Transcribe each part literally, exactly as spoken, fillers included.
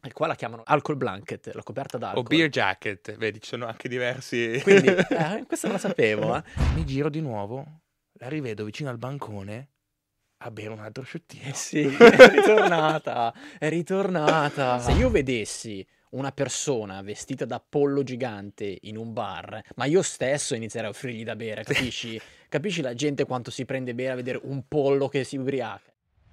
E qua la chiamano alcol blanket, la coperta O d'alcol. beer jacket, vedi, ci sono anche diversi. Quindi, eh, questo non lo sapevo, eh. Mi giro di nuovo, la rivedo vicino al bancone a bere un altro Eh sciottino. sì, è ritornata, è ritornata. Se io vedessi una persona vestita da pollo gigante in un bar, ma io stesso inizierei a offrirgli da bere, capisci? Capisci la gente quanto si prende bene a vedere un pollo che si ubriaca?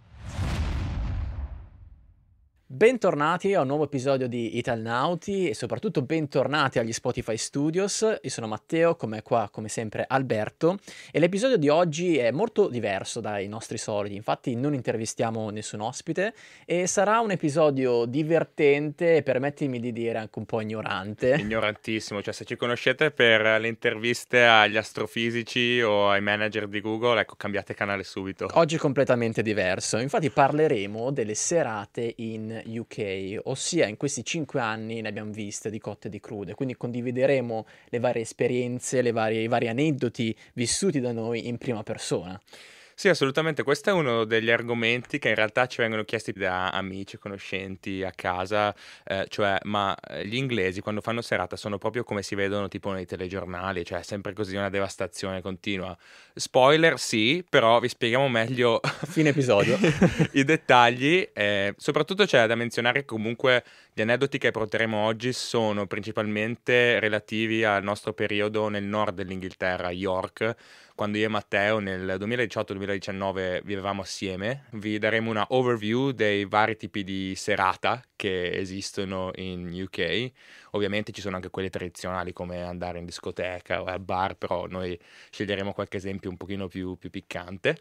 Bentornati a un nuovo episodio di Italnauti e soprattutto bentornati agli Spotify Studios. Io sono Matteo, come qua come sempre Alberto, e l'episodio di oggi è molto diverso dai nostri soliti, infatti non intervistiamo nessun ospite e sarà un episodio divertente e permettimi di dire anche un po' ignorante. Ignorantissimo, cioè se ci conoscete per le interviste agli astrofisici o ai manager di Google, ecco, cambiate canale subito. Oggi è completamente diverso, infatti parleremo delle serate in U K, ossia in questi cinque anni ne abbiamo viste di cotte e di crude, quindi condivideremo le varie esperienze, le varie, i vari aneddoti vissuti da noi in prima persona. Sì, assolutamente, questo è uno degli argomenti che in realtà ci vengono chiesti da amici, conoscenti a casa, eh, cioè, ma eh, gli inglesi quando fanno serata sono proprio come si vedono tipo nei telegiornali, cioè sempre così una devastazione continua. Spoiler, sì, però vi spieghiamo meglio Fine episodio. i dettagli, eh, soprattutto c'è da menzionare che comunque gli aneddoti che porteremo oggi sono principalmente relativi al nostro periodo nel nord dell'Inghilterra, York, quando io e Matteo nel duemiladiciotto duemiladiciannove vivevamo assieme. Vi daremo una overview dei vari tipi di serata che esistono in U K. Ovviamente ci sono anche quelle tradizionali come andare in discoteca o al bar, però noi sceglieremo qualche esempio un pochino più, più piccante.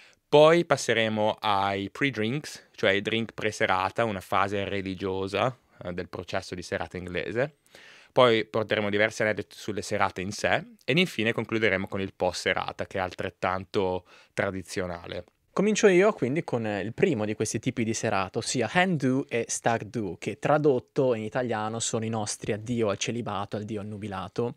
Poi passeremo ai pre-drinks, cioè i drink pre-serata, una fase religiosa eh, del processo di serata inglese. Poi porteremo diversi aneddoti sulle serate in sé ed infine concluderemo con il post-serata, che è altrettanto tradizionale. Comincio io quindi con il primo di questi tipi di serata, ossia hen do e stag do, che tradotto in italiano sono i nostri addio al celibato, addio al nubilato,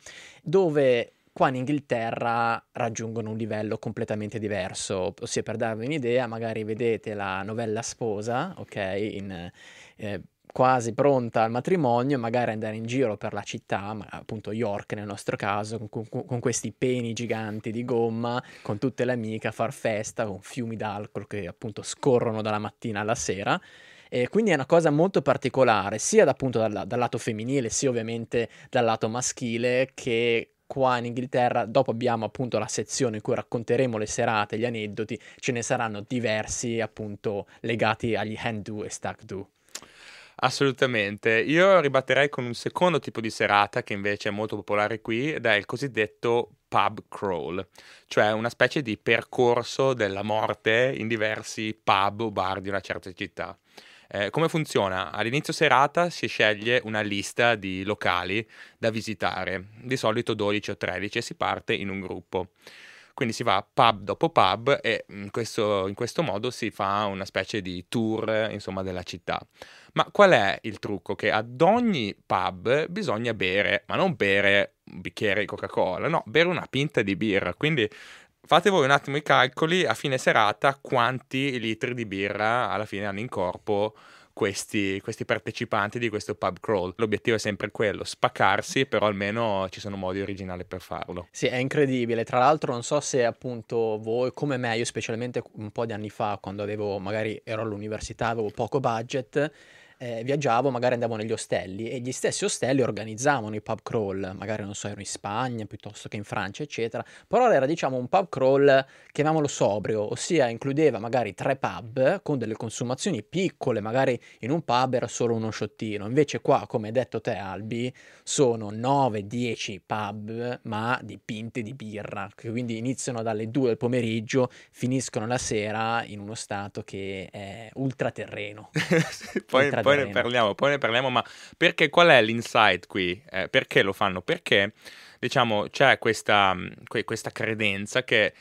dove qua in Inghilterra raggiungono un livello completamente diverso, ossia per darvi un'idea, magari vedete la novella sposa, ok, in, eh, quasi pronta al matrimonio, magari andare in giro per la città, ma appunto York nel nostro caso, con, con- con questi peni giganti di gomma, con tutte le amiche a far festa, con fiumi d'alcol che appunto scorrono dalla mattina alla sera. E quindi è una cosa molto particolare, sia da, appunto dal, dal lato femminile, sia ovviamente dal lato maschile, che qua in Inghilterra, dopo abbiamo appunto la sezione in cui racconteremo le serate, gli aneddoti, ce ne saranno diversi appunto legati agli hen do e stag do. Assolutamente. Io ribatterei con un secondo tipo di serata che invece è molto popolare qui ed è il cosiddetto pub crawl, cioè una specie di percorso della morte in diversi pub o bar di una certa città. Eh, come funziona? All'inizio serata si sceglie una lista di locali da visitare, di solito dodici o tredici, e si parte in un gruppo. Quindi si va pub dopo pub e in questo, in questo modo si fa una specie di tour, insomma, della città. Ma qual è il trucco? Che ad ogni pub bisogna bere, ma non bere un bicchiere di Coca-Cola, no, bere una pinta di birra. Quindi fate voi un attimo i calcoli a fine serata quanti litri di birra alla fine hanno in corpo questi, questi partecipanti di questo pub crawl. L'obiettivo è sempre quello, spaccarsi, però almeno ci sono modi originali per farlo. Sì, è incredibile. Tra l'altro non so se appunto voi, come me, io specialmente un po' di anni fa, quando avevo, magari ero all'università, avevo poco budget, eh, viaggiavo, magari andavo negli ostelli e gli stessi ostelli organizzavano i pub crawl, magari non so, ero in Spagna piuttosto che in Francia, eccetera. Però era diciamo un pub crawl, chiamiamolo sobrio, ossia includeva magari tre pub con delle consumazioni piccole, magari in un pub era solo uno sciottino. Invece qua, come hai detto te Albi, sono nove dieci pub, ma di pinte di birra, che quindi iniziano dalle due del pomeriggio, finiscono la sera in uno stato che è ultraterreno. poi, poi ne parliamo, poi ne parliamo, ma perché qual è l'insight qui? Eh, perché lo fanno? Perché, diciamo, c'è questa, que- questa credenza che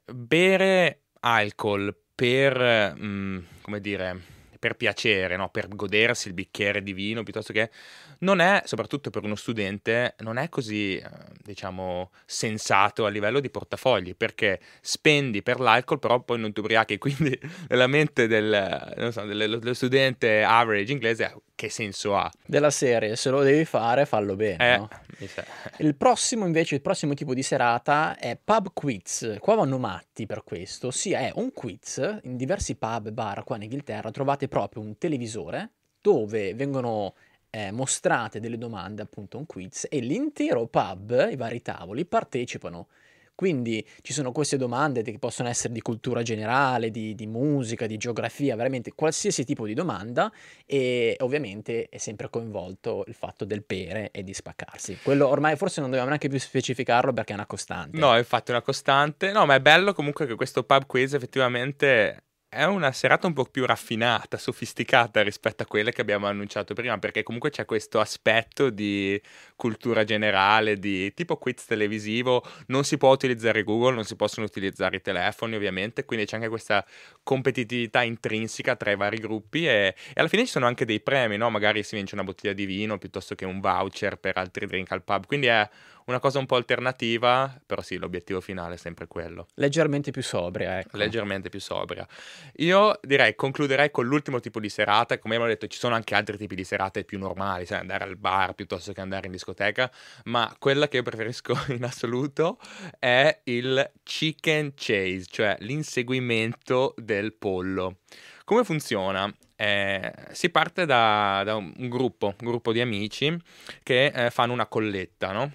bere alcol per, mh, come dire, per piacere, no? Per godersi il bicchiere di vino, piuttosto che non è, soprattutto per uno studente, non è così, eh, diciamo, sensato a livello di portafogli, perché spendi per l'alcol, però poi non ti ubriachi, quindi nella mente del, non so, dello, dello studente average inglese che senso ha? Della serie, se lo devi fare, fallo bene, Eh, no? mi sa- Il prossimo invece, il prossimo tipo di serata è pub quiz. Qua vanno matti per questo, ossia è un quiz in diversi pub e bar qua in Inghilterra. Trovate proprio un televisore dove vengono eh, mostrate delle domande, appunto un quiz, e l'intero pub, i vari tavoli, partecipano. Quindi ci sono queste domande che possono essere di cultura generale, di, di musica, di geografia, veramente qualsiasi tipo di domanda, e ovviamente è sempre coinvolto il fatto del bere e di spaccarsi. Quello ormai forse non dobbiamo neanche più specificarlo perché è una costante. No, infatti è una costante. No, ma è bello comunque che questo pub quiz effettivamente è una serata un po' più raffinata, sofisticata rispetto a quelle che abbiamo annunciato prima, perché comunque c'è questo aspetto di cultura generale, di tipo quiz televisivo. Non si può utilizzare Google, non si possono utilizzare i telefoni ovviamente, quindi c'è anche questa competitività intrinseca tra i vari gruppi e, e alla fine ci sono anche dei premi, no? Magari si vince una bottiglia di vino piuttosto che un voucher per altri drink al pub, quindi è una cosa un po' alternativa, però sì, l'obiettivo finale è sempre quello. Leggermente più sobria, ecco. Leggermente più sobria. Io direi concluderei con l'ultimo tipo di serata. Come abbiamo detto, ci sono anche altri tipi di serate più normali, sai, andare al bar piuttosto che andare in discoteca, ma quella che io preferisco in assoluto è il chicken chase, cioè l'inseguimento del pollo. Come funziona? Eh, si parte da, da un, un gruppo, un gruppo di amici che eh, fanno una colletta, no?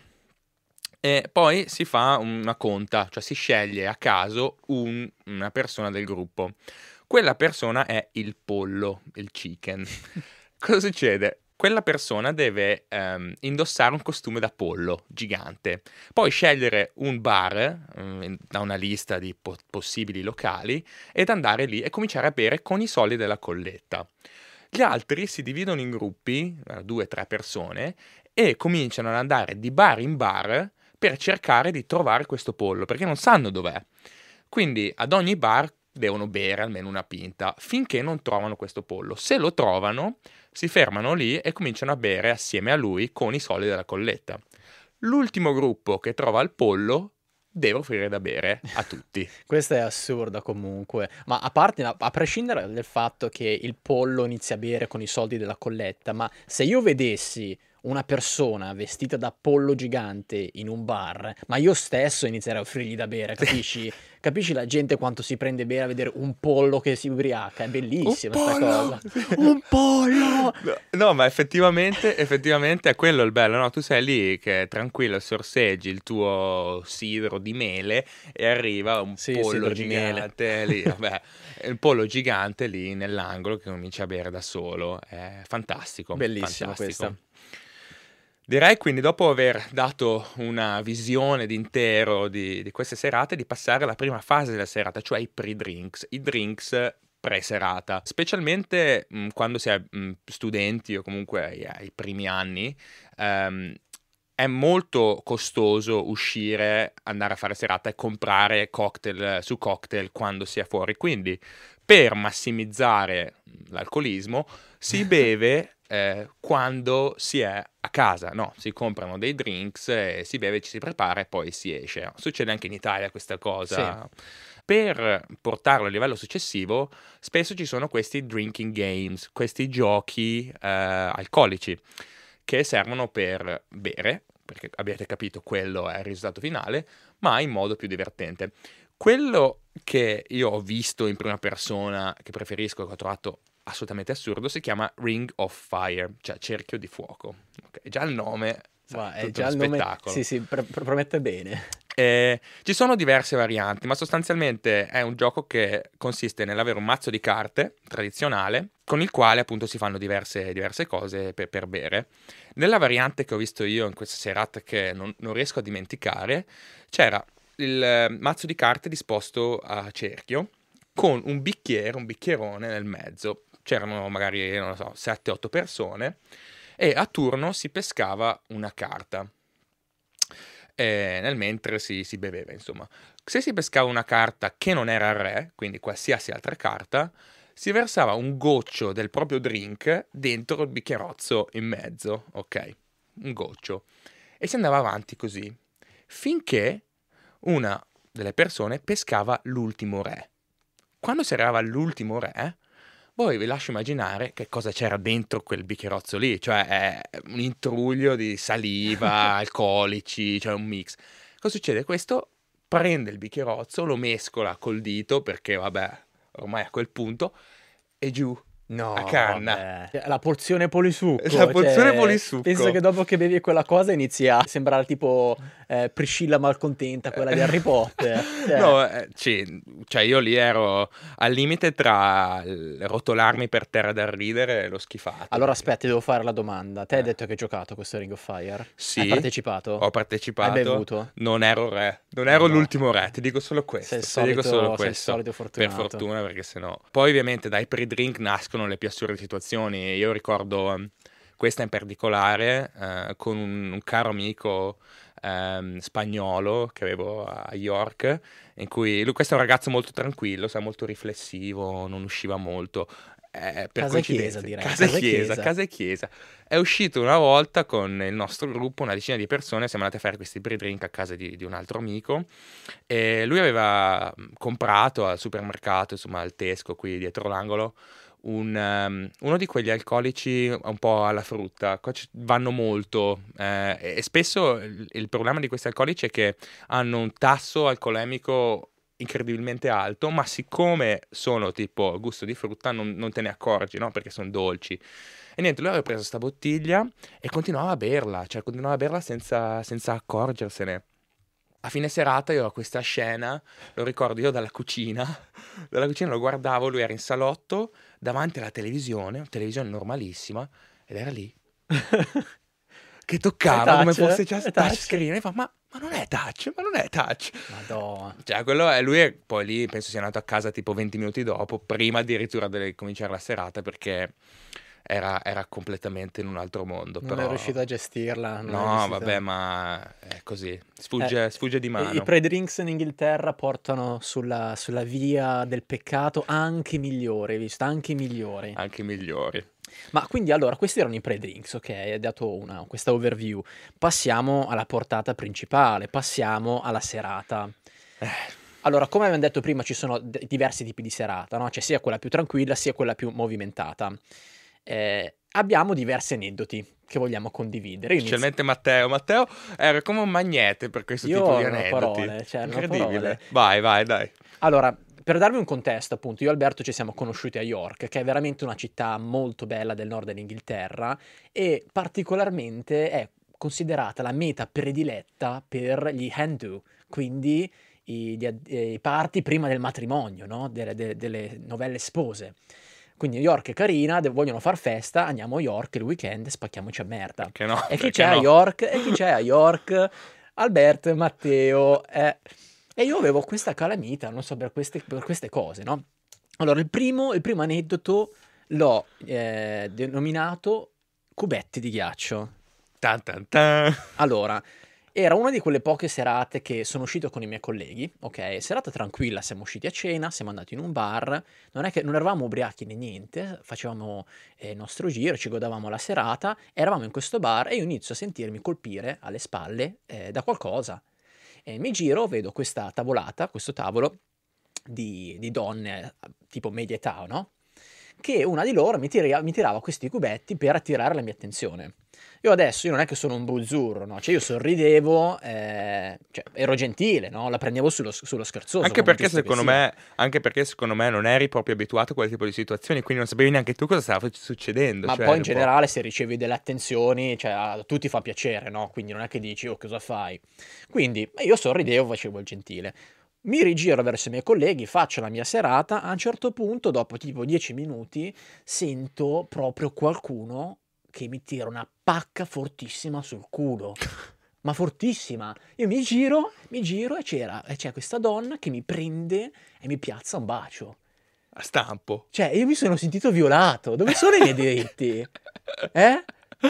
E poi si fa una conta, cioè si sceglie a caso un- una persona del gruppo. Quella persona è il pollo, il chicken. Cosa succede? Quella persona deve ehm, indossare un costume da pollo gigante, poi scegliere un bar mm, da una lista di po- possibili locali ed andare lì e cominciare a bere con i soldi della colletta. Gli altri si dividono in gruppi, eh, due o tre persone, e cominciano ad andare di bar in bar per cercare di trovare questo pollo, perché non sanno dov'è. Quindi ad ogni bar devono bere almeno una pinta finché non trovano questo pollo. Se lo trovano, si fermano lì e cominciano a bere assieme a lui con i soldi della colletta. L'ultimo gruppo che trova il pollo deve offrire da bere a tutti. Questa è assurda comunque, ma a parte, a, a prescindere dal fatto che il pollo inizia a bere con i soldi della colletta, ma se io vedessi una persona vestita da pollo gigante in un bar, ma io stesso inizierei a offrirgli da bere, capisci? Capisci la gente quanto si prende bene a vedere un pollo che si ubriaca? È Un bellissima sta pollo! cosa. Un pollo! No, no, ma effettivamente, effettivamente è quello il bello, no? Tu sei lì che tranquillo sorseggi il tuo sidro di mele e arriva un Sì, pollo sidro di mele. gigante lì, vabbè, il pollo gigante lì nell'angolo che comincia a bere da solo, è fantastico, Bellissima fantastico. questa. Direi quindi, dopo aver dato una visione d'intero di, di queste serate, di passare alla prima fase della serata, cioè i pre-drinks, i drinks pre-serata. Specialmente mh, quando si è mh, studenti o comunque ai, ai primi anni, ehm, è molto costoso uscire, andare a fare serata e comprare cocktail su cocktail quando si è fuori. Quindi, per massimizzare l'alcolismo, si beve eh, quando si è a casa, no? Si comprano dei drinks, e si beve, ci si prepara e poi si esce. Succede anche in Italia questa cosa. Per portarlo a livello successivo, spesso ci sono questi drinking games, questi giochi eh, alcolici che servono per bere, perché abbiate capito, quello è il risultato finale, ma in modo più divertente. Quello che io ho visto in prima persona, che preferisco, che ho trovato assolutamente assurdo, si chiama Ring of Fire, cioè cerchio di fuoco. Okay, già il nome, sai, Ma è tutto già uno il nome, spettacolo. sì, sì, pre- pre- promette bene. Eh, ci sono diverse varianti, ma sostanzialmente è un gioco che consiste nell'avere un mazzo di carte tradizionale con il quale appunto si fanno diverse, diverse cose per, per bere. Nella variante che ho visto io in questa serata, che non, non riesco a dimenticare, c'era il eh, mazzo di carte disposto a cerchio con un bicchiere, un bicchierone nel mezzo. C'erano magari, non lo so, sette otto persone e a turno si pescava una carta. E nel mentre si, si beveva, insomma. Se si pescava una carta che non era il re, quindi qualsiasi altra carta, si versava un goccio del proprio drink dentro il bicchierozzo in mezzo, ok? Un goccio. E si andava avanti così, finché una delle persone pescava l'ultimo re. Quando si arrivava all'ultimo re, Voi vi lascio immaginare che cosa c'era dentro quel bicchierozzo lì, cioè è un intruglio di saliva, alcolici, cioè un mix. Cosa succede? Questo prende il bicchierozzo, lo mescola col dito, perché vabbè, ormai a quel punto, e giù, a No, canna. vabbè. Cioè, la porzione polisucco. La porzione Cioè, polisucco. penso che dopo che bevi quella cosa inizi a sembrare tipo eh, Priscilla malcontenta, quella di Harry Potter. Cioè, No, eh, sì, cioè io lì ero al limite tra il rotolarmi per terra dal ridere e lo schifato. allora perché- aspetta, devo fare la domanda. Te hai Eh. detto che hai giocato a questo Ring of Fire? Sì, Hai partecipato? ho partecipato. Hai bevuto? Non ero re, non ero No. l'ultimo re, ti dico solo questo. Sei il ti dico solito- solo sei il questo. solito Per fortunato. fortuna, perché sennò. Poi ovviamente dai pre-drink nascono le più assurde situazioni. Io ricordo ehm, questa in particolare eh, con un, un caro amico ehm, spagnolo che avevo a York, in cui lui, questo è un ragazzo molto tranquillo, sai, molto riflessivo, non usciva molto. Eh, per Casa e coincidenza, chiesa, direi. casa e Casa e chiesa, chiesa. casa e chiesa. È uscito una volta con il nostro gruppo, una decina di persone, siamo andati a fare questi pre-drink a casa di, di un altro amico e lui aveva mh, comprato al supermercato, insomma al Tesco qui dietro l'angolo, un, um, uno di quegli alcolici un po' alla frutta. Qua ci vanno molto eh, e spesso il, il problema di questi alcolici è che hanno un tasso alcolemico incredibilmente alto, ma siccome sono tipo gusto di frutta non, non te ne accorgi, no? Perché sono dolci. E niente, lui aveva preso sta bottiglia e continuava a berla, cioè continuava a berla senza, senza accorgersene. A fine serata io ho questa scena, lo ricordo io dalla cucina, dalla cucina lo guardavo, lui era in salotto, davanti alla televisione, televisione normalissima, ed era lì, che toccava È come touch, fosse già è touch touch. screen, e fa, ma, ma non è touch, ma non è touch. Madonna. Cioè, quello è, lui è, poi lì penso sia andato a casa tipo venti minuti dopo, prima addirittura di cominciare la serata, perché era, era completamente in un altro mondo. Non però... è riuscito a gestirla. Non è No, riuscito- vabbè, ma è così, sfugge, Eh, sfugge di I, mano. i pre-drinks in Inghilterra portano sulla, sulla via del peccato anche migliori, hai visto? Anche migliori. Anche i migliori. Ma quindi allora, questi erano i pre-drinks, ok? Hai dato una, questa overview. Passiamo alla portata principale, passiamo alla serata. Eh, Allora, come abbiamo detto prima, ci sono d- diversi tipi di serata, no? C'è sia quella più tranquilla, sia quella più movimentata. Eh, abbiamo diversi aneddoti che vogliamo condividere. Io inizio- specialmente Matteo. Matteo era come un magnete per questo Io tipo di non ho aneddoti. parole, cioè, non ho Incredibile. parole. Vai, vai, dai. Allora, per darvi un contesto, appunto, io e Alberto ci siamo conosciuti a York, che è veramente una città molto bella del nord dell'Inghilterra e particolarmente è considerata la meta prediletta per gli Hindu, quindi i, gli ad- eh, i party prima del matrimonio, no? Delle, de- delle novelle spose. Quindi York è carina, de- vogliono far festa, andiamo a York il weekend e spacchiamoci a merda. Perché no? E chi Perché c'è a no? York? E chi c'è a York? Alberto e Matteo. eh. E io avevo questa calamita, non so, per queste, per queste cose, no? Allora, il primo, il primo aneddoto l'ho eh, denominato cubetti di ghiaccio. Tan tan tan. Allora, era una di quelle poche serate che sono uscito con i miei colleghi, ok? Serata tranquilla, siamo usciti a cena, siamo andati in un bar, non è che non eravamo ubriachi né niente, facevamo eh, il nostro giro, ci godavamo la serata, eravamo in questo bar e io inizio a sentirmi colpire alle spalle eh, da qualcosa. E mi giro, vedo questa tavolata, questo tavolo di, di donne eh, tipo media età, no? Che una di loro mi, tira- mi tirava questi cubetti per attirare la mia attenzione. Io adesso, io non è che sono un buzzurro, no? Cioè io sorridevo, eh, cioè ero gentile, no? La prendevo sullo, sullo scherzoso. Anche come perché, giusto che secondo sia. me, anche perché secondo me non eri proprio abituato a quel tipo di situazioni, quindi non sapevi neanche tu cosa stava succedendo. Ma cioè, poi in eri un po'- generale se ricevi delle attenzioni, cioè a tutti fa piacere, no? Quindi non è che dici, oh, cosa fai? Quindi eh, io sorridevo, facevo il gentile. Mi rigiro verso i miei colleghi, faccio la mia serata, a un certo punto, dopo tipo dieci minuti, sento proprio qualcuno che mi tira una pacca fortissima sul culo. Ma fortissima. Io mi giro, mi giro e c'era, e c'è questa donna che mi prende e mi piazza un bacio. A stampo. Cioè, io mi sono sentito violato. Dove sono i miei diritti? Eh?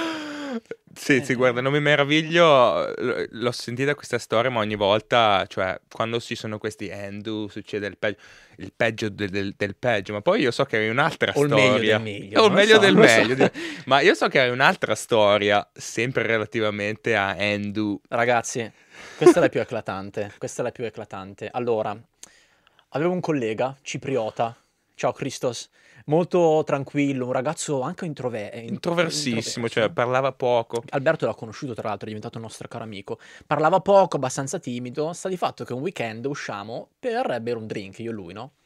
Sì, sì, Eh. guarda, non mi meraviglio, l- l'ho sentita questa storia, ma ogni volta, cioè, quando ci sono questi Hindu, succede il peggio, il peggio del, del- del peggio, ma poi io so che hai un'altra O il meglio storia. del meglio, O il non lo meglio so, del non lo so. meglio, di- ma io so che hai un'altra storia, sempre relativamente a Hindu. Ragazzi, questa è la più eclatante. Questa è la più eclatante. Allora, avevo un collega cipriota. Ciao Christos. Molto tranquillo, un ragazzo anche introve- eh, in- Introversissimo, cioè introverso. parlava poco. Alberto l'ha conosciuto, tra l'altro, è diventato un nostro caro amico. Parlava poco, abbastanza timido. Sta di fatto che un weekend usciamo per bere un drink, io e lui, no?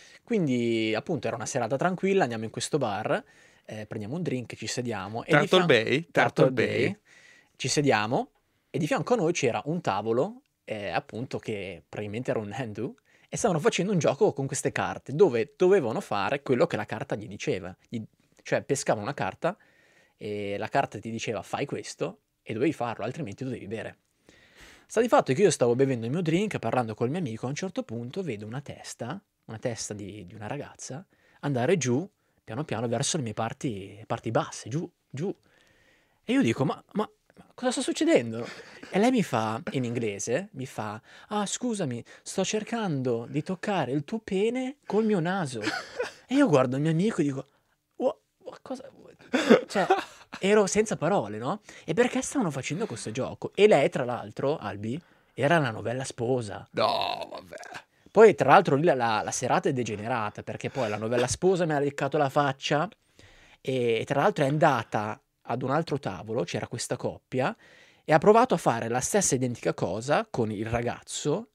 Quindi, appunto, era una serata tranquilla, andiamo in questo bar, eh, prendiamo un drink, ci sediamo. E di Turtle fian- Bay? Turtle Turtle Bay. Bay. Ci sediamo e di fianco a noi c'era un tavolo, eh, appunto, che praticamente era un handoo, e stavano facendo un gioco con queste carte, dove dovevano fare quello che la carta gli diceva. Gli- cioè, pescavano una carta e la carta ti diceva fai questo e dovevi farlo, altrimenti dovevi bere. Sta di fatto che io stavo bevendo il mio drink, parlando col mio amico, a un certo punto vedo una testa, una testa di, di una ragazza, andare giù, piano piano, verso le mie parti, parti basse, giù, giù. E io dico, ma, ma, ma cosa sta succedendo? E lei mi fa, in inglese, mi fa, ah scusami, sto cercando di toccare il tuo pene col mio naso. E io guardo il mio amico e dico, "Wha- wha- cosa... Cioè, ero senza parole, no? E perché stavano facendo questo gioco? E lei, tra l'altro, Albi, era la novella sposa. No, vabbè. Poi, tra l'altro, lì la, la- la serata è degenerata, perché poi la novella sposa mi ha leccato la faccia e, e tra l'altro è andata ad un altro tavolo, c'era questa coppia, e ha provato a fare la stessa identica cosa con il ragazzo,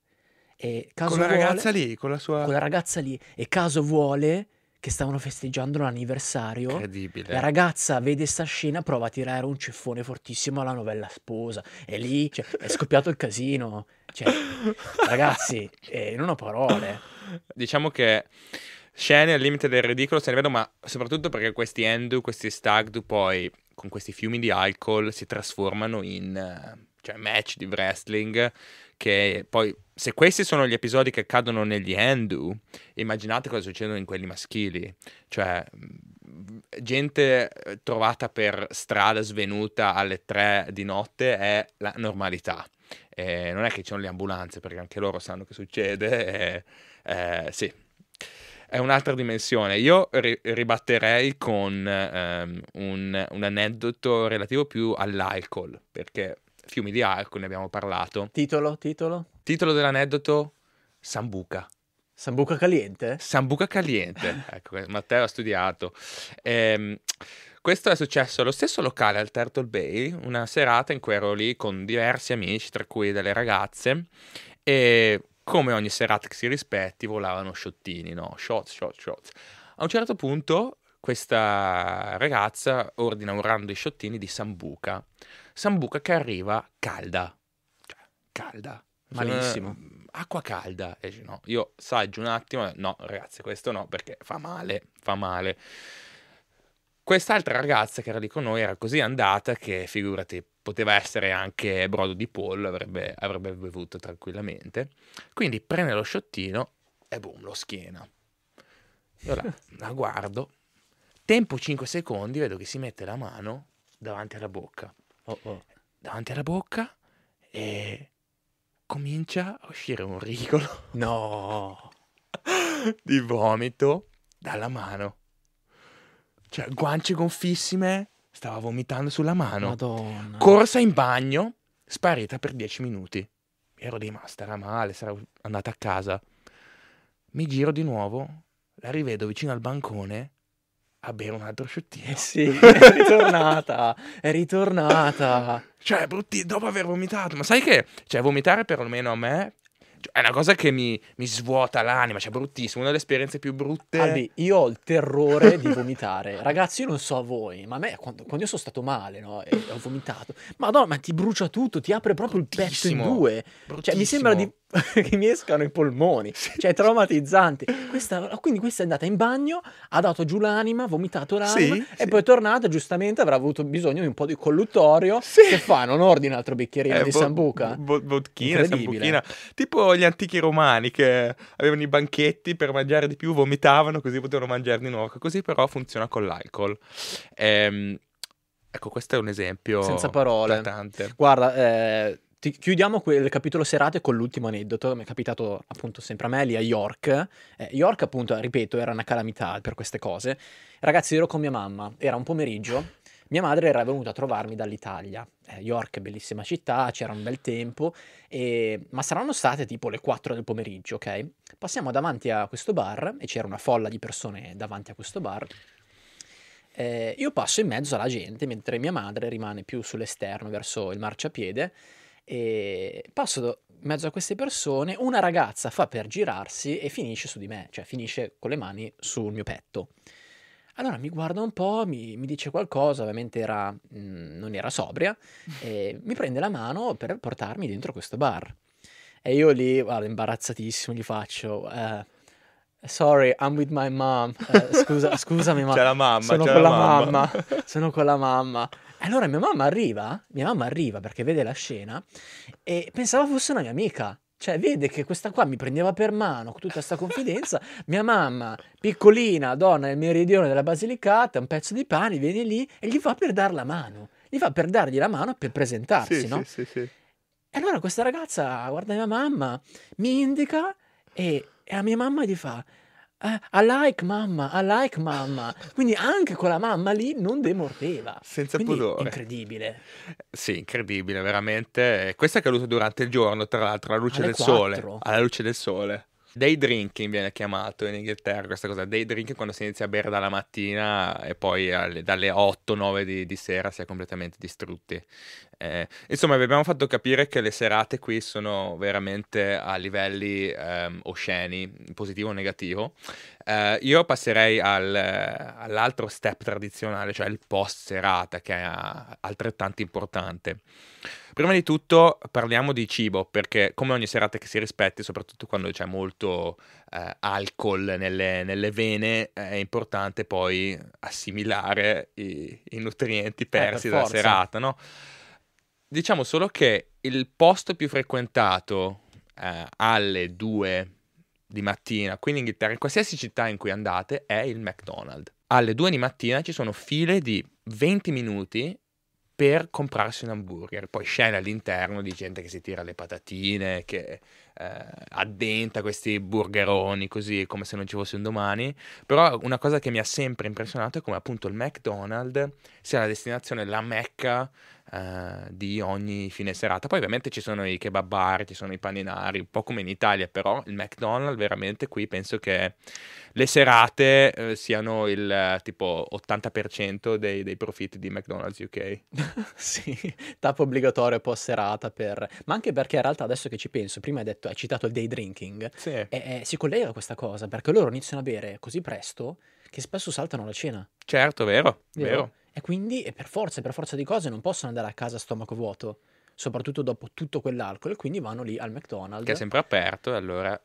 e caso Con la vuole, ragazza lì, con la sua... con la ragazza lì, e caso vuole che stavano festeggiando l'anniversario. La Incredibile. ragazza vede sta scena, prova a tirare un ceffone fortissimo alla novella sposa, e lì cioè, è scoppiato il casino. Cioè, ragazzi, eh, non ho parole. Diciamo che scene al limite del ridicolo se ne vedono, ma soprattutto perché questi Endu, questi Stagdu poi con questi fiumi di alcol si trasformano in eh, cioè, match di wrestling che poi se questi sono gli episodi che accadono negli Endu, immaginate cosa succedono in quelli maschili, cioè mh, gente eh, trovata per strada svenuta alle tre di notte è la normalità. Eh, non è che ci sono le ambulanze perché anche loro sanno che succede. eh, eh, sì, è un'altra dimensione. Io ri- ribatterei con ehm, un, un aneddoto relativo più all'alcol, perché fiumi di alcol ne abbiamo parlato. Titolo, titolo? Titolo dell'aneddoto: Sambuca. Sambuca caliente? Sambuca caliente. Ecco, Matteo ha studiato. Ehm, questo è successo allo stesso locale al Turtle Bay, una serata in cui ero lì con diversi amici, tra cui delle ragazze, e come ogni serata che si rispetti volavano sciottini, no? Shots, shots, shots. A un certo punto questa ragazza ordina un round di sciottini di Sambuca. Sambuca che arriva calda. Cioè, calda. Malissimo. Eh, acqua calda. E dici, no, io saggio un attimo, no ragazzi questo no perché fa male, fa male. Quest'altra ragazza che era lì con noi era così andata che figurati, poteva essere anche brodo di pollo, avrebbe, avrebbe bevuto tranquillamente. Quindi prende lo sciottino e boom, lo schiena. Io la, la guardo, tempo cinque secondi, vedo che si mette la mano davanti alla bocca. Oh, oh. Davanti alla bocca e comincia a uscire un rigolo No. di vomito dalla mano. Cioè, guance gonfissime, stava vomitando sulla mano. Madonna. Corsa in bagno, sparita per dieci minuti. Ero lì, ma starà male, sarà andata a casa. Mi giro di nuovo, la rivedo vicino al bancone a bere un altro sciottino. Eh sì, è ritornata, è ritornata. Cioè, brutti, dopo aver vomitato. Ma sai che, cioè, vomitare perlomeno a me cioè, è una cosa che mi, mi svuota l'anima, cioè, bruttissimo, una delle esperienze più brutte. Albi, io ho il terrore di vomitare. Ragazzi, io non so a voi, ma a me quando, quando io sono stato male, no, e ho vomitato, Madonna, ma ti brucia tutto, ti apre proprio il petto in Bruttissimo, due. Cioè, mi sembra di che mi escano i polmoni. Cioè, è traumatizzante. Questa, quindi questa è andata in bagno, ha dato giù l'anima, vomitato l'anima, Sì, e sì. poi è tornata, giustamente avrà avuto bisogno di un po' di colluttorio. Sì. Che fa? Non ordina un altro bicchierino Eh, di vo- sambuca? vo- vodkina, Incredibile. sambuchina. Tipo gli antichi romani che avevano i banchetti per mangiare di più, vomitavano così potevano mangiare di nuovo. Così però funziona con l'alcol. Ehm, ecco, questo è un esempio Senza parole. eclatante. Guarda, eh, ti- chiudiamo quel capitolo serate con l'ultimo aneddoto. Mi è capitato appunto sempre a me lì a York. Eh, York, appunto, ripeto, era una calamità per queste cose. Ragazzi, ero con mia mamma, era un pomeriggio. Mia madre era venuta a trovarmi dall'Italia. Eh, York è bellissima città, c'era un bel tempo, e... ma saranno state tipo le quattro del pomeriggio, ok? Passiamo davanti a questo bar e c'era una folla di persone davanti a questo bar. Eh, io passo in mezzo alla gente mentre mia madre rimane più sull'esterno verso il marciapiede e passo do- in mezzo a queste persone, una ragazza fa per girarsi e finisce su di me, cioè finisce con le mani sul mio petto. Allora mi guarda un po', mi, mi dice qualcosa, ovviamente era, mm, non era sobria, e mi prende la mano per portarmi dentro questo bar. E io lì, guarda, imbarazzatissimo, gli faccio, eh, sorry, I'm with my mom. Eh, scusa, scusami, ma C'è la mamma, sono c'è con la la mamma. mamma, sono con la mamma. Allora mia mamma arriva, mia mamma arriva perché vede la scena e pensava fosse una mia amica. Cioè, vede che questa qua mi prendeva per mano con tutta questa confidenza. Mia mamma, piccolina, donna del meridione della Basilicata, un pezzo di pane, viene lì e gli fa per dar la mano. Gli fa per dargli la mano per Sì, presentarsi, sì, no? sì, sì. E allora questa ragazza guarda mia mamma, mi indica e, e a mia mamma gli fa eh, I like mamma, I like mamma. Quindi anche con la mamma lì non demordeva. Senza Quindi pudore. incredibile. Sì, incredibile, veramente. Questo è accaduto durante il giorno, tra l'altro, alla luce Alle del sole. quattro. Alla luce del sole. Day drinking viene chiamato in Inghilterra, questa cosa. Day drinking quando si inizia a bere dalla mattina e poi alle- dalle otto nove di, di sera si è completamente distrutti. Eh, insomma, vi abbiamo fatto capire che le serate qui sono veramente a livelli ehm, osceni, positivo o negativo. Eh, io passerei al- all'altro step tradizionale, cioè il post serata, che è eh, altrettanto importante. Prima di tutto parliamo di cibo, perché come ogni serata che si rispetti, soprattutto quando c'è molto eh, alcol nelle, nelle vene, è importante poi assimilare i, i nutrienti Eh, per persi dalla forza. serata, no? Diciamo solo che il posto più frequentato eh, alle due di mattina, qui in Inghilterra, in qualsiasi città in cui andate, è il McDonald's. Alle due di mattina ci sono file di venti minuti per comprarsi un hamburger. Poi scene all'interno di gente che si tira le patatine, che eh, addenta questi burgeroni così come se non ci fosse un domani. Però una cosa che mi ha sempre impressionato è come appunto il McDonald's sia la destinazione, la mecca eh, di ogni fine serata. Poi ovviamente ci sono i kebab bar, ci sono i paninari, un po' come in Italia, però il McDonald's veramente qui penso che le serate eh, siano il eh, tipo ottanta per cento dei, dei profitti di McDonald's U K. Sì, tappa obbligatorio post serata per... Ma anche perché in realtà adesso che ci penso, prima hai detto, hai citato il day drinking, Sì, e, e si collega a questa cosa, perché loro iniziano a bere così presto che spesso saltano la cena, certo, vero, vero? vero. E quindi e per forza, per forza di cose non possono andare a casa a stomaco vuoto, soprattutto dopo tutto quell'alcol, e quindi vanno lì al Che è McDonald's. sempre aperto, e allora...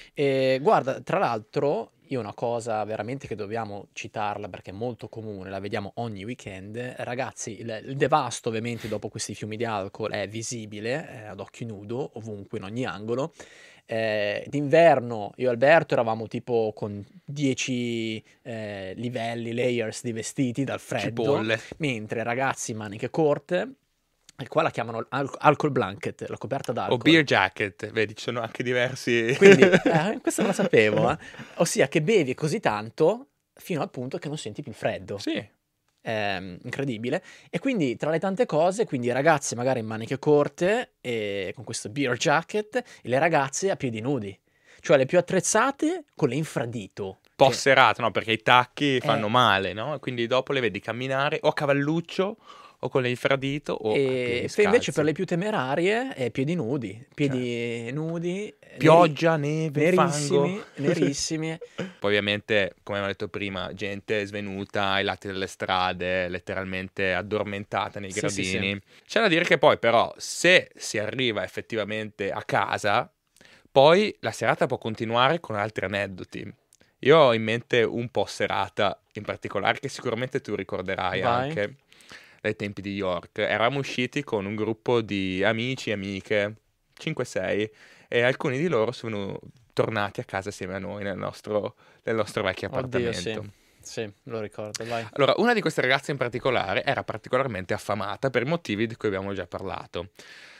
E guarda, tra l'altro, io una cosa veramente che dobbiamo citarla perché è molto comune, la vediamo ogni weekend. Ragazzi, il, il devasto ovviamente dopo questi fiumi di alcol è visibile, eh, ad occhio nudo, ovunque, in ogni angolo. Eh, d'inverno io e Alberto eravamo tipo con dieci eh, livelli, layers di vestiti dal freddo, Cipolle. mentre ragazzi maniche corte, e qua la chiamano al- alcol blanket, la coperta O d'alcol. beer jacket, vedi, ci sono anche diversi... Quindi, eh, questo non lo sapevo, eh. Ossia che bevi così tanto fino al punto che non senti più il freddo. Sì, Ehm, incredibile. E quindi tra le tante cose, quindi ragazze magari in maniche corte e con questo beer jacket e le ragazze a piedi nudi, cioè le più attrezzate con le infradito. post Che serata, no? Perché i tacchi è fanno male, no? Quindi dopo le vedi camminare o a cavalluccio o con l'infradito o a piedi E pe- invece per scalzi. le più temerarie è piedi nudi, Cioè, piedi nudi, eh, neri- pioggia, neve, fango. nerissimi, nerissimi. Poi ovviamente, come abbiamo detto prima, gente svenuta ai lati delle strade, letteralmente addormentata nei Sì, sì, sì. gradini. C'è da dire che poi però, se si arriva effettivamente a casa, poi la serata può continuare con altri aneddoti. Io ho in mente un po' serata in particolare che sicuramente tu ricorderai Vai. anche dai tempi di York. Eravamo usciti con un gruppo di amici e amiche, cinque sei, e alcuni di loro sono tornati a casa assieme a noi nel nostro, nel nostro vecchio Oddio, sì. appartamento. Sì, lo ricordo, vai. Allora, una di queste ragazze in particolare era particolarmente affamata per motivi di cui abbiamo già parlato.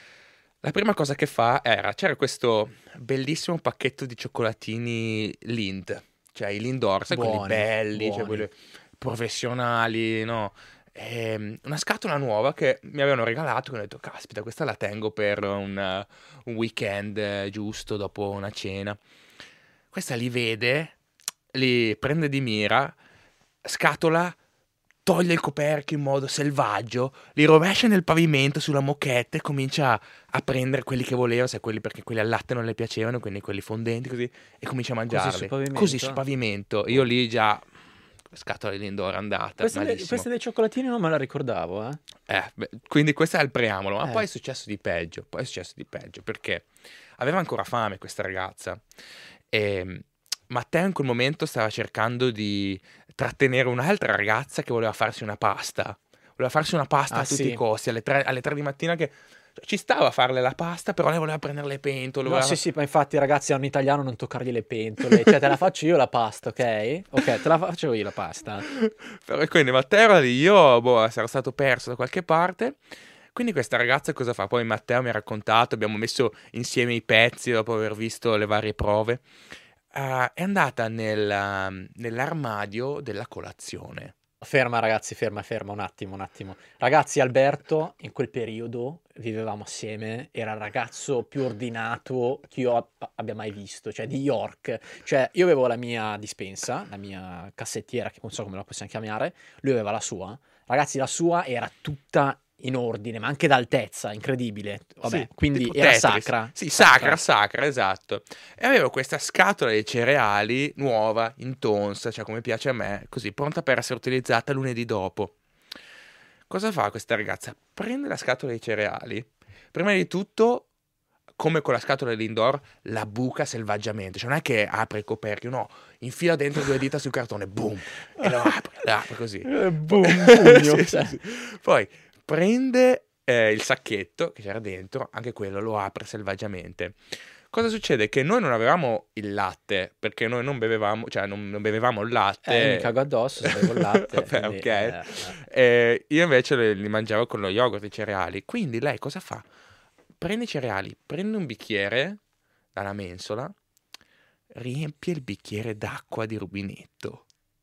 La prima cosa che fa era, c'era questo bellissimo pacchetto di cioccolatini Lind, cioè i Lindor, sai quelli Buoni, belli, cioè buoni. quelli professionali, no? Ehm, una scatola nuova che mi avevano regalato, che ho detto, caspita, questa la tengo per un, un weekend eh, giusto dopo una cena. Questa li vede, li prende di mira, scatola, toglie il coperchio in modo selvaggio, li rovescia nel pavimento sulla moquette e comincia a prendere quelli che voleva, sai, quelli perché quelli al latte non le piacevano, quindi quelli fondenti così, e comincia a Così sul mangiarli. Così sul pavimento? pavimento. Io Oh. lì già, scatola di Lindor andata, Questa, de- malissimo. questa dei cioccolatini non me la ricordavo, eh. Eh, beh, quindi questo è il preambolo, ma Eh. poi è successo di peggio, poi è successo di peggio, perché aveva ancora fame questa ragazza e Matteo in quel momento stava cercando di trattenere un'altra ragazza che voleva farsi una pasta, voleva farsi una pasta Ah, a tutti sì. i costi, alle tre, alle tre di mattina che ci stava a farle la pasta, però lei voleva prendere le pentole, No, voleva... sì, sì, ma infatti ragazzi, a un italiano non toccargli le pentole, cioè te la faccio io la pasta, ok? Ok, te la faccio io la pasta. Però quindi Matteo era lì, io boh, sarò stato perso da qualche parte. Quindi questa ragazza cosa fa? Poi Matteo mi ha raccontato, abbiamo messo insieme i pezzi dopo aver visto le varie prove. Eh, è andata nel, nell'armadio della colazione. Ferma ragazzi, ferma, ferma, un attimo, un attimo. Ragazzi, Alberto, in quel periodo vivevamo assieme, era il ragazzo più ordinato che io ab- abbia mai visto, cioè di York. Cioè, io avevo la mia dispensa, la mia cassettiera, che non so come la possiamo chiamare, lui aveva la sua. Ragazzi, la sua era tutta in ordine, ma anche d'altezza, incredibile. Vabbè, Sì, quindi tipo era Tetris. sacra. Sì, sacra, sacra, esatto. E avevo questa scatola di cereali nuova, intonsa, cioè come piace a me, così, pronta per essere utilizzata lunedì dopo. Cosa fa questa ragazza? Prende la scatola di cereali, prima di tutto, come con la scatola dell'indoor, la buca selvaggiamente. Cioè non è che apre il coperchio, no, infila dentro due dita sul cartone, boom, e lo apre, lo apre così. Eh, Poi- boom, pugno, Sì, cioè. sì, sì. Poi prende eh, il sacchetto che c'era dentro, anche quello lo apre selvaggiamente. Cosa succede? Che noi non avevamo il latte, perché noi non bevevamo, cioè non, non bevevamo il latte. Eh, io mi cago addosso se bevo il latte. Vabbè, quindi, ok. eh, eh. Eh, io invece li, li mangiavo con lo yogurt, i cereali. Quindi lei cosa fa? Prende i cereali, prende un bicchiere dalla mensola, riempie il bicchiere d'acqua di rubinetto,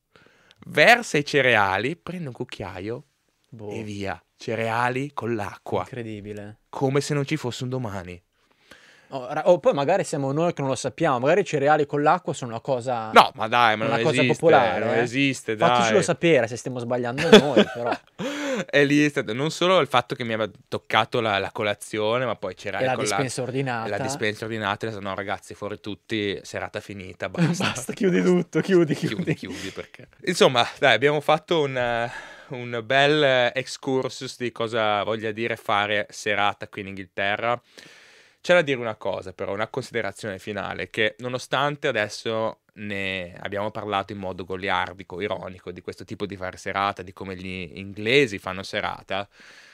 versa i cereali, prende un cucchiaio Boh, e via. Cereali con l'acqua, incredibile. come se non ci fosse un domani. Oh, ra- oh, poi magari siamo noi che non lo sappiamo, magari i cereali con l'acqua sono una cosa, No, ma dai, ma una non cosa esiste, popolare, non eh. esiste, Fatecelo dai. sapere se stiamo sbagliando noi, però. E lì è stato non solo il fatto che mi aveva toccato la, la colazione, ma poi c'era E la con la, dispensa e la ordinata. dispensa ordinata. E ho detto, no ragazzi, fuori tutti, serata finita, basta. Basta, chiudi tutto, chiudi, chiudi. chiudi, chiudi perché... Insomma, dai, abbiamo fatto un, eh, un bel eh, excursus di cosa voglia dire fare serata qui in Inghilterra. C'è da dire una cosa, però, una considerazione finale, che nonostante adesso ne abbiamo parlato in modo goliardico, ironico, di questo tipo di fare serata, di come gli inglesi fanno serata,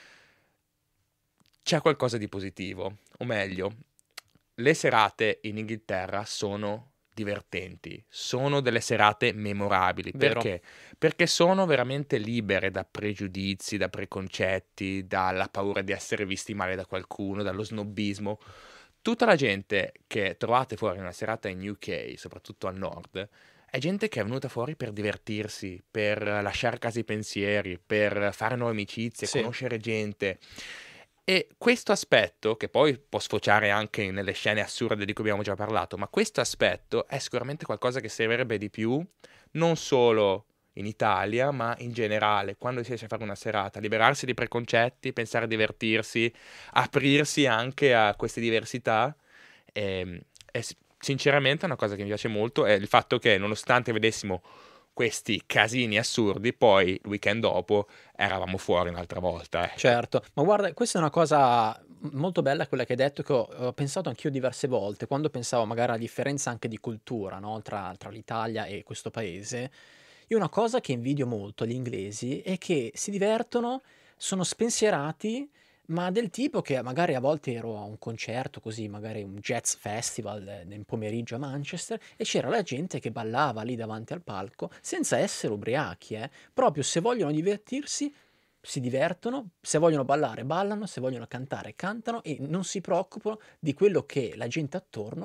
c'è qualcosa di positivo, o meglio, le serate in Inghilterra sono divertenti, sono delle serate memorabili. Vero. Perché? Perché sono veramente libere da pregiudizi, da preconcetti, dalla paura di essere visti male da qualcuno, dallo snobismo. Tutta la gente che trovate fuori in una serata in U K, soprattutto al nord, è gente che è venuta fuori per divertirsi, per lasciare a casa i pensieri, per fare nuove amicizie, Sì. conoscere gente. E questo aspetto, che poi può sfociare anche nelle scene assurde di cui abbiamo già parlato, ma questo aspetto è sicuramente qualcosa che servirebbe di più, non solo in Italia, ma in generale, quando si riesce a fare una serata, liberarsi di preconcetti, pensare a divertirsi, aprirsi anche a queste diversità. E, e s- sinceramente una cosa che mi piace molto è il fatto che nonostante vedessimo questi casini assurdi, poi il weekend dopo eravamo fuori un'altra volta. Ecco. Certo, ma guarda, questa è una cosa molto bella quella che hai detto, che ho, ho pensato anch'io diverse volte, quando pensavo magari alla differenza anche di cultura, no, tra, tra l'Italia e questo paese. Io una cosa che invidio molto agli inglesi è che si divertono, sono spensierati, ma del tipo che magari a volte ero a un concerto così, magari un jazz festival eh, nel pomeriggio a Manchester, e c'era la gente che ballava lì davanti al palco senza essere ubriachi, eh. Proprio se vogliono divertirsi, si divertono, se vogliono ballare, ballano, se vogliono cantare, cantano e non si preoccupano di quello che la gente attorno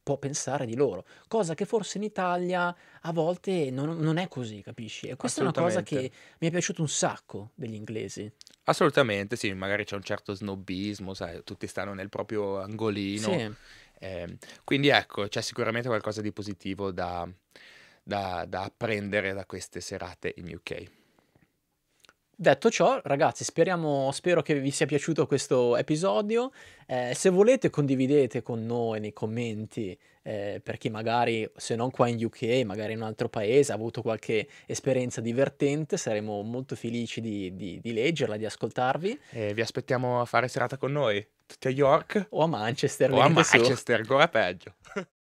può pensare di loro, cosa che forse in Italia a volte non non è così, capisci? E questa è una cosa Assolutamente. che mi è piaciuto un sacco degli inglesi. Assolutamente sì, magari c'è un certo snobismo, sai, tutti stanno nel proprio angolino, Sì. ehm, quindi ecco, c'è sicuramente qualcosa di positivo da da da apprendere da queste serate in U K. Detto ciò, ragazzi, speriamo spero che vi sia piaciuto questo episodio. Ehm, se volete condividete con noi nei commenti, ehm, per chi magari, se non qua in U K, magari in un altro paese, ha avuto qualche esperienza divertente, saremo molto felici di di di leggerla, di ascoltarvi. E vi aspettiamo a fare serata con noi, tutti a York O a Manchester, o a venite su. Manchester, ancora peggio.